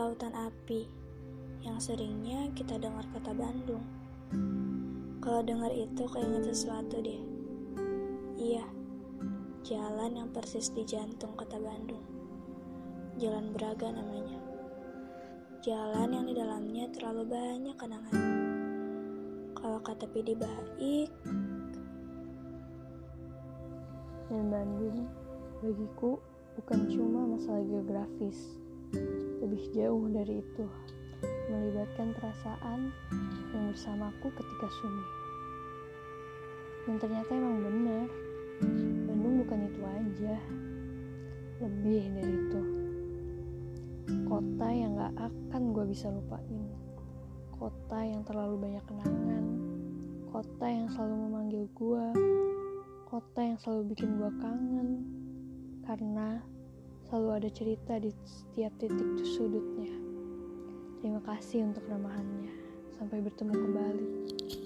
lautan api yang seringnya kita dengar kata Bandung. Kalau dengar itu keinget sesuatu deh. Iya, jalan yang persis di jantung kota Bandung. Jalan Braga namanya. Jalan yang di dalamnya terlalu banyak kenangan. Kalau kata Pidi baik. Dan Bandung bagiku bukan cuma masalah geografis, lebih jauh dari itu, melibatkan perasaan yang bersamaku ketika sunyi. Dan ternyata emang benar, Bandung bukan itu aja, lebih dari itu. Kota yang gak akan gue bisa lupain, kota yang terlalu banyak kenangan, kota yang selalu memanggil gue, kota yang selalu bikin gue kangen, karena selalu ada cerita di setiap titik sudutnya. Terima kasih untuk ramahannya. Sampai bertemu kembali.